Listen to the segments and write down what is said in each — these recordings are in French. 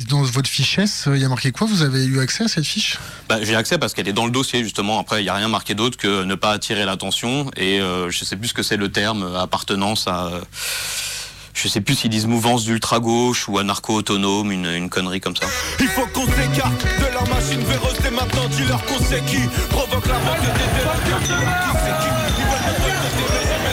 dans votre fichesse, il y a marqué quoi ? Vous avez eu accès à cette fiche ? J'ai accès parce qu'elle est dans le dossier, justement. Après, il n'y a rien marqué d'autre que ne pas attirer l'attention. Et je ne sais plus ce que c'est le terme, appartenance à... je sais plus s'ils disent mouvance d'ultra-gauche ou anarcho-autonome, une connerie comme ça. Il faut qu'on s'écarte de leur machine véreuse. Et maintenant, dis-leur qu'on sait qui provoque la mort des élèves. Qui c'est qui ? Ils veulent me recruter, mais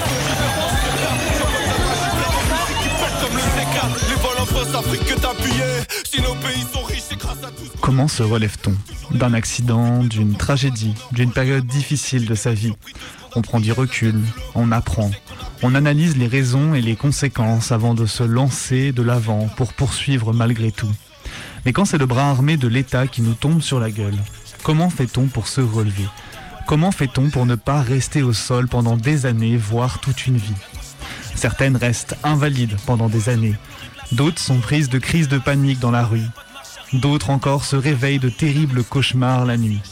qui pète comme le C4. Les vols en France, Afrique que t'appuyais. Si nos pays sont riches, c'est grâce à tous. Comment se relève-t-on d'un accident, d'une tragédie, d'une période difficile de sa vie ? On prend du recul, on apprend, on analyse les raisons et les conséquences avant de se lancer de l'avant pour poursuivre malgré tout. Mais quand c'est le bras armé de l'État qui nous tombe sur la gueule, comment fait-on pour se relever ? Comment fait-on pour ne pas rester au sol pendant des années, voire toute une vie ? Certaines restent invalides pendant des années, d'autres sont prises de crises de panique dans la rue, d'autres encore se réveillent de terribles cauchemars la nuit.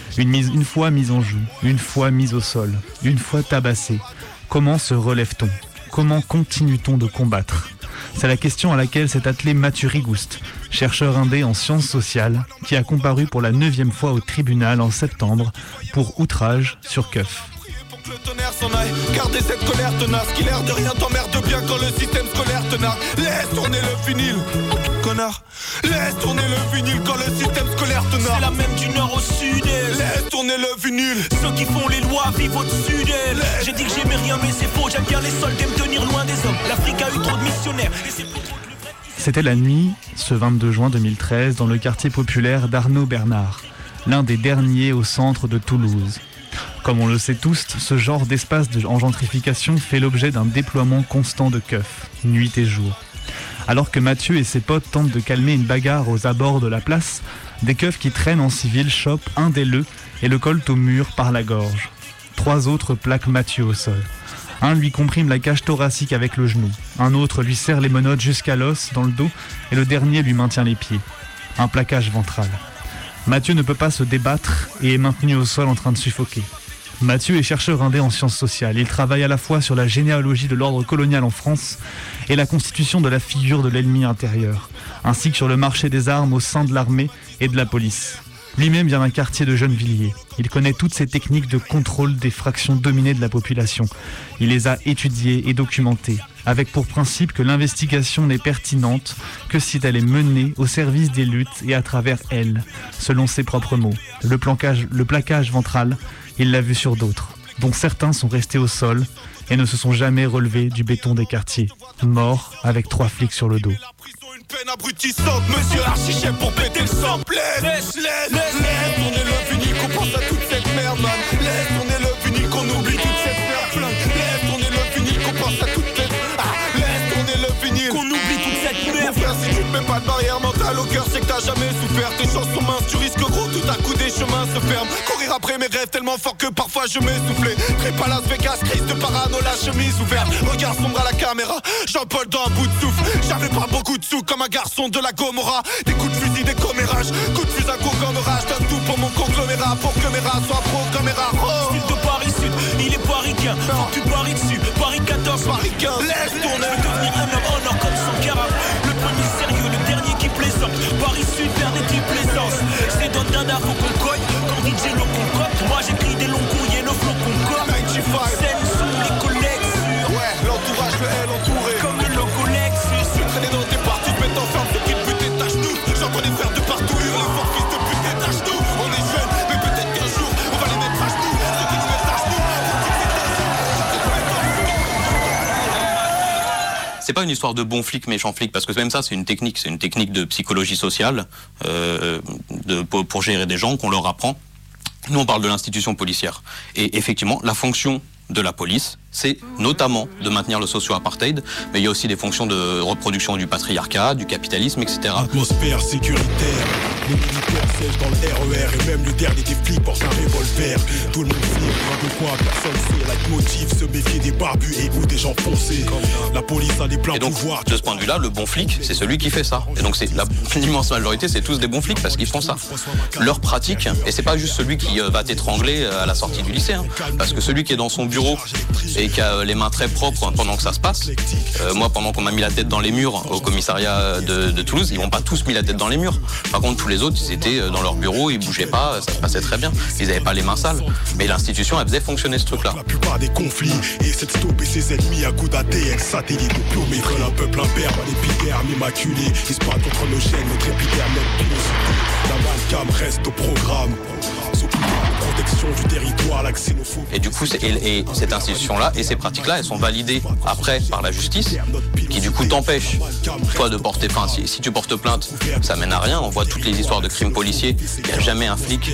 Une fois mise en joue, une fois mise au sol, une fois tabassée. Comment se relève-t-on ? Comment continue-t-on de combattre ? C'est la question à laquelle s'est attelé Mathieu Rigouste, chercheur indé en sciences sociales, qui a comparu pour la 9e fois au tribunal en septembre pour outrage sur keuf. Que le tonnerre s'en aille, gardez cette colère tenace qui l'air de rien t'emmerde bien quand le système scolaire te nargue. Laisse tourner le vinyle, connard. Laisse tourner le vinyle quand le système scolaire te nargue. C'est la même du nord au sud. Laisse tourner le vinyle. Ceux qui font les lois vivent au-dessus d'elles. J'ai dit que j'aimais rien mais c'est faux. J'aime bien les soldats me tenir loin des hommes. L'Afrique a eu trop de missionnaires et c'est pour... C'était la nuit, ce 22 juin 2013, dans le quartier populaire d'Arnaud Bernard, l'un des derniers au centre de Toulouse. Comme on le sait tous, ce genre d'espace en gentrification fait l'objet d'un déploiement constant de keufs, nuit et jour. Alors que Mathieu et ses potes tentent de calmer une bagarre aux abords de la place, des keufs qui traînent en civil chopent un des leux et le collent au mur par la gorge. 3 autres plaquent Mathieu au sol. Un lui comprime la cage thoracique avec le genou, un autre lui serre les menottes jusqu'à l'os dans le dos et le dernier lui maintient les pieds. Un plaquage ventral. Mathieu ne peut pas se débattre et est maintenu au sol en train de suffoquer. Mathieu est chercheur indé en sciences sociales. Il travaille à la fois sur la généalogie de l'ordre colonial en France et la constitution de la figure de l'ennemi intérieur, ainsi que sur le marché des armes au sein de l'armée et de la police. Lui-même vient d'un quartier de Gennevilliers. Il connaît toutes ces techniques de contrôle des fractions dominées de la population. Il les a étudiées et documentées, avec pour principe que l'investigation n'est pertinente que si elle est menée au service des luttes et à travers elles, selon ses propres mots. Le plaquage ventral, il l'a vu sur d'autres, dont certains sont restés au sol et ne se sont jamais relevés du béton des quartiers, morts avec 3 flics sur le dos. Une peine abrutissante, monsieur archichef pour péter le sang. Laisse tourner le vinyle qu'on pense à toute cette merde, man. Laisse tourner le vinyle qu'on oublie toute cette merde flingue. Laisse tourner le vinyle qu'on pense à toute cette... laisse tourner le vinyle qu'on oublie toute cette merde. Mon frère, si tu te mets pas de barrière mentale au cœur, c'est que t'as jamais souffert. Tes chances sont minces, tu risques gros, tout à coup des chemins se ferment. Courir après mes rêves tellement fort que parfois je m'essoufflais. Trip à Las Vegas, crise de parano, la chemise ouverte. Regard sombre à la caméra, Jean-Paul dans un bout de souffle. J'avais pas beaucoup de sous comme un garçon de la Gomorra. Des coups de fusil, des commérages, coups de fusil à coco en orage. Donne tout pour mon conglomérat, pour que mes rats soient pro comme mes rats. Oh. Style de Paris Sud, il est parisien. Faut que tu paries dessus, Paris 14, Paris 15. Laisse tourner, devenir un homme en or comme son carafe. Le premier sérieux, le dernier qui plaisante. Paris Sud, vers des types plaisance. C'est dans Dada, faut qu'on cogne. Quand DJ le concocte, moi j'écris des longs couilles et le flow qu'on cogne. 95, scène sous les collègues sûrs. Ouais, l'entourage, le L entouré. Comme le logo Lexus. Traîner dans tes parties, te mettre en ferme, ceux qui te butent ta genoux. J'entends les faire de partout, hurler fort, fils de pute, ta genoux. On est jeunes, mais peut-être qu'un jour, on va les mettre à genoux. Ceux qui nous mettent à genoux. C'est pas une histoire de bon flic, méchant flic, parce que même ça, c'est une technique de psychologie sociale pour gérer des gens qu'on leur apprend. Nous, on parle de l'institution policière. Et effectivement, la fonction de la police, c'est notamment de maintenir le socio-apartheid, mais il y a aussi des fonctions de reproduction du patriarcat, du capitalisme, etc. Atmosphère sécuritaire, les militaires sèchent dans le RER et même le dernier des flics porte un revolver. Tout le monde sait, de quoi personne sait, leitmotiv, se méfier des barbus et ou des gens foncés. La police a les pleins pouvoirs. De ce point de vue-là, le bon flic, c'est celui qui fait ça. Et donc l'immense majorité, c'est tous des bons flics parce qu'ils font ça. Leur pratique, et c'est pas juste celui qui va t'étrangler à la sortie du lycée, hein, parce que celui qui est dans son bureau et qui a les mains très propres pendant que ça se passe. Moi, pendant qu'on m'a mis la tête dans les murs au commissariat de Toulouse, ils m'ont pas tous mis la tête dans les murs. Par contre, tous les autres, ils étaient dans leur bureau, ils bougeaient pas, ça se passait très bien. Ils avaient pas les mains sales. Mais l'institution, elle faisait fonctionner ce truc-là. La plupart des conflits essaient de stopper ses ennemis à coups d'ADN, satellite ou plombé. Ils veulent un peuple imberbe, à l'épiderme immaculé. Ils se battent contre nos gènes, notre épiderme, notre pilosité. L'amalgame reste au programme. Protection du territoire, la xénophobie. Et du coup, et cette institution-là et ces pratiques-là, elles sont validées après par la justice, qui du coup t'empêche, toi, de porter plainte. Si tu portes plainte, ça mène à rien. On voit toutes les histoires de crimes policiers. Il n'y a jamais un flic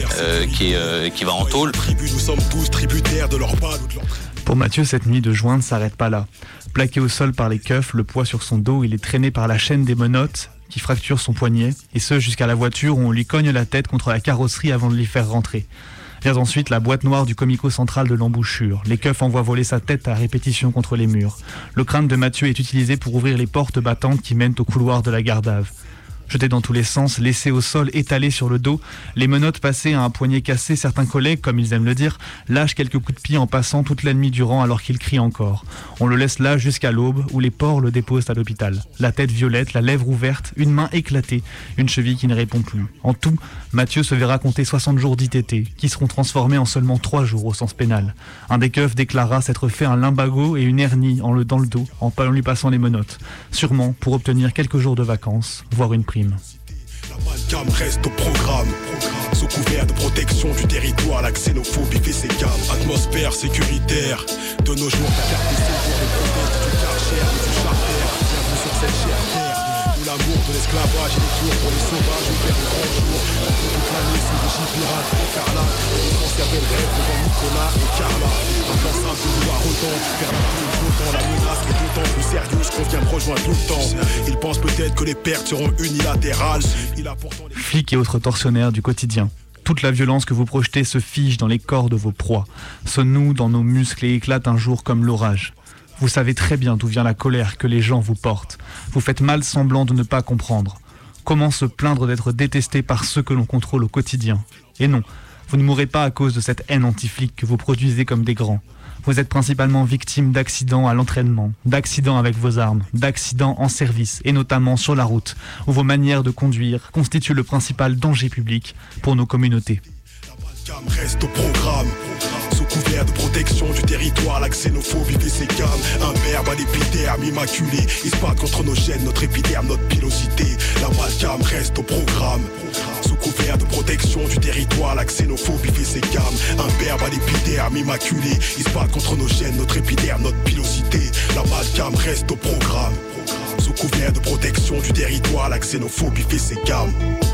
qui va en tôle. Nous sommes tous tributaires de leur balle ou de leur... Pour Mathieu, cette nuit de juin ne s'arrête pas là. Plaqué au sol par les keufs, le poids sur son dos, il est traîné par la chaîne des menottes qui fracture son poignet, et ce jusqu'à la voiture où on lui cogne la tête contre la carrosserie avant de l'y faire rentrer. Vient ensuite la boîte noire du comico central de l'embouchure. Les keufs envoient voler sa tête à répétition contre les murs. Le crâne de Mathieu est utilisé pour ouvrir les portes battantes qui mènent au couloir de la Gardave. Jeté dans tous les sens, laissé au sol, étalé sur le dos, les menottes passées à un poignet cassé, certains collègues, comme ils aiment le dire, lâchent quelques coups de pied en passant toute la nuit durant alors qu'il crie encore. On le laisse là jusqu'à l'aube, où les porcs le déposent à l'hôpital. La tête violette, la lèvre ouverte, une main éclatée, une cheville qui ne répond plus. En tout, Mathieu se verra compter 60 jours d'ITT, qui seront transformés en seulement 3 jours au sens pénal. Un des keufs déclara s'être fait un lumbago et une hernie dans le dos en lui passant les menottes. Sûrement pour obtenir quelques jours de vacances, voire une prime. L'amalgame reste au programme. Sous couvert de protection du territoire, la xénophobie fait ses gammes. Atmosphère sécuritaire. De nos jours, la carte de séjour est protège du karcher et du charter. Bienvenue sur cette chère terre où l'amour de l'esclavage et les tours pour les sauvages ont fait le grand jour. On peut tout planer sous des gipirates écarlates et de conserver le rêve devant Nicolas et Carla. Un plan simple de vouloir autant faire la pluie autant la menace est d'autant plus sérieuse qu'on vient me rejoindre tout le temps. Ils pensent peut-être que les pertes seront unilatérales. Flics et autres tortionnaires du quotidien. Toute la violence que vous projetez se fige dans les corps de vos proies, se noue dans nos muscles et éclate un jour comme l'orage. Vous savez très bien d'où vient la colère que les gens vous portent. Vous faites mal semblant de ne pas comprendre. Comment se plaindre d'être détesté par ceux que l'on contrôle au quotidien ? Et non, vous ne mourrez pas à cause de cette haine anti-flic que vous produisez comme des grands. Vous êtes principalement victime d'accidents à l'entraînement, d'accidents avec vos armes, d'accidents en service et notamment sur la route, où vos manières de conduire constituent le principal danger public pour nos communautés. L'amalgame reste au programme. Sous couvert de protection du territoire, la xénophobie fait ses gammes. Imberbe à l'épiderme immaculé. Ils se battent contre nos gènes, notre épiderme, notre pilosité. L'amalgame reste au programme. Sous couvert de protection du territoire, la xénophobie fait ses gammes. Imberbe à l'épiderme immaculé. Ils se battent contre nos gènes, notre épiderme, notre pilosité. L'amalgame reste au programme. Sous couvert de protection du territoire, la xénophobie fait ses gammes.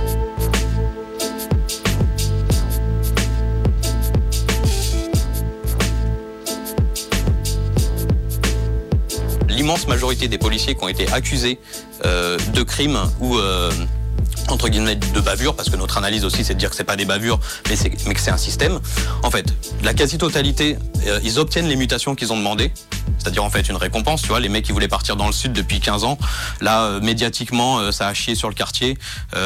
L'immense majorité des policiers qui ont été accusés de crimes ou entre guillemets de bavures, parce que notre analyse aussi c'est de dire que c'est pas des bavures mais que c'est un système. En fait, la quasi-totalité, ils obtiennent les mutations qu'ils ont demandées, c'est-à-dire en fait une récompense, tu vois, les mecs qui voulaient partir dans le sud depuis 15 ans, là médiatiquement ça a chié sur le quartier,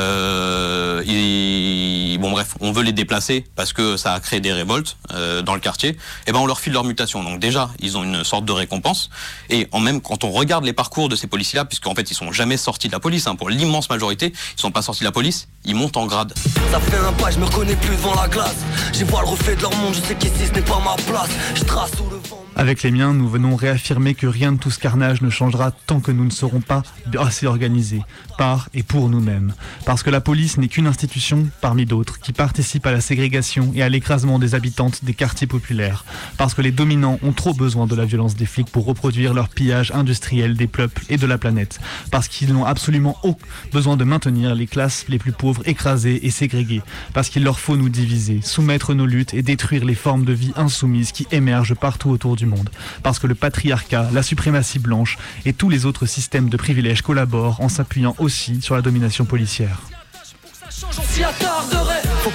bon bref, on veut les déplacer parce que ça a créé des révoltes dans le quartier, et ben on leur file leur mutation, donc déjà ils ont une sorte de récompense, et en même quand on regarde les parcours de ces policiers-là, puisqu'en fait ils sont jamais sortis de la police, hein, pour l'immense majorité, ils sont pas sortis de la police, ils montent en grade. Ça fait un pas, je me reconnais plus devant la glace. J'y vois le reflet de leur monde, je sais qu'ici ce n'est pas ma place. Je trace sous le vent. Avec les miens, nous venons réaffirmer que rien de tout ce carnage ne changera tant que nous ne serons pas assez organisés, par et pour nous-mêmes. Parce que la police n'est qu'une institution parmi d'autres qui participe à la ségrégation et à l'écrasement des habitantes des quartiers populaires. Parce que les dominants ont trop besoin de la violence des flics pour reproduire leur pillage industriel des peuples et de la planète. Parce qu'ils n'ont absolument aucun besoin de maintenir les classes les plus pauvres écrasées et ségrégées. Parce qu'il leur faut nous diviser, soumettre nos luttes et détruire les formes de vie insoumises qui émergent partout autour du monde. Parce que le patriarcat, la suprématie blanche et tous les autres systèmes de privilèges collaborent en s'appuyant aussi sur la domination policière. On s'y attarderait. Faut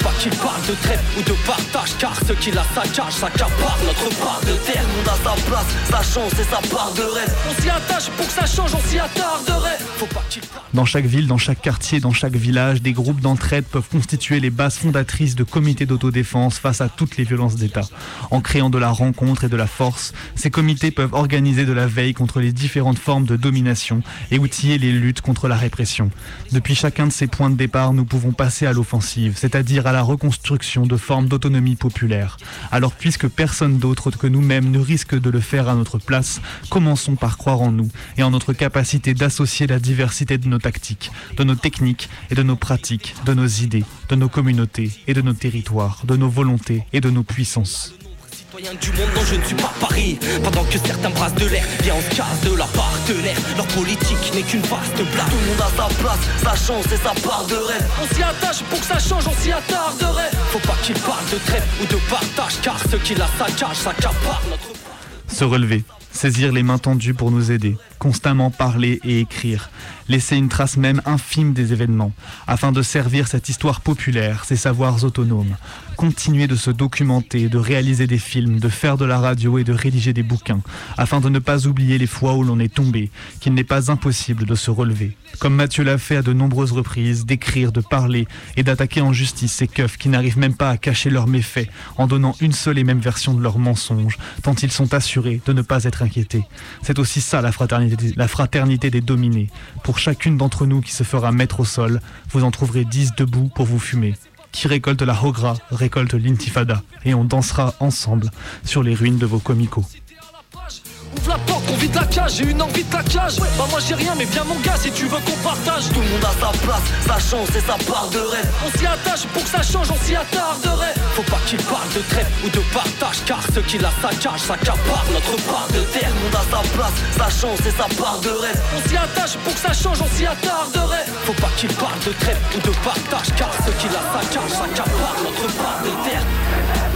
Faut pas qu'ils parlent de trêve ou de partage, car ceux qui la saccagent s'accaparent notre part de terre. Tout le monde a sa place, sa chance et sa part de rêve. On s'y attache pour que ça change, on s'y attarderait. Faut pas qu'ils parlent. Dans chaque ville, dans chaque quartier, dans chaque village, des groupes d'entraide peuvent constituer les bases fondatrices de comités d'autodéfense face à toutes les violences d'État. En créant de la rencontre et de la force, ces comités peuvent organiser de la veille contre les différentes formes de domination et outiller les luttes contre la répression. Depuis chacun de ces points de départ, nous pouvons passer à l'offensive, c'est-à-dire à la reconstruction de formes d'autonomie populaire. Alors puisque personne d'autre que nous-mêmes ne risque de le faire à notre place, commençons par croire en nous et en notre capacité d'associer la diversité de nos tactiques, de nos techniques et de nos pratiques, de nos idées, de nos communautés et de nos territoires, de nos volontés et de nos puissances. Citoyen du monde, non je ne suis pas Paris. Pendant que certains brassent de l'air, bien on se casse de la partenaire. Leur politique n'est qu'une vaste blague. Tout le monde a sa place, sa chance et sa part de rêve. On s'y attache pour que ça change, on s'y attarderait. Faut pas qu'ils parlent de trêve ou de partage, car ceux qui la saccagent s'accaparent notre... Se relever, saisir les mains tendues pour nous aider, constamment parler et écrire, laisser une trace même infime des événements, afin de servir cette histoire populaire, ces savoirs autonomes, continuer de se documenter, de réaliser des films, de faire de la radio et de rédiger des bouquins, afin de ne pas oublier les fois où l'on est tombé, qu'il n'est pas impossible de se relever. Comme Mathieu l'a fait à de nombreuses reprises, d'écrire, de parler et d'attaquer en justice ces keufs qui n'arrivent même pas à cacher leurs méfaits en donnant une seule et même version de leurs mensonges, tant ils sont assurés de ne pas être inquiétés. C'est aussi ça la fraternité des dominés. Pour chacune d'entre nous qui se fera mettre au sol, vous en trouverez 10 debout pour vous fumer. Qui récolte la Hogra récolte l'intifada et on dansera ensemble sur les ruines de vos comicos. Ouvre la porte, on vide la cage, j'ai une envie de claquage. Bah moi j'ai rien mais viens mon gars si tu veux qu'on partage. Tout le monde a sa place, sa chance et sa part de rêve. On s'y attache pour que ça change, on s'y attarderait. Faut pas qu'ils parlent de trêve ou de partage, car ceux qui la saccagent s'accaparent notre part de terre. Tout le monde a sa place, sa chance et sa part de rêve. On s'y attache pour que ça change, on s'y attarderait. Faut pas qu'ils parlent de trêve ou de partage, car ceux qui la saccagent s'accaparent notre part de terre.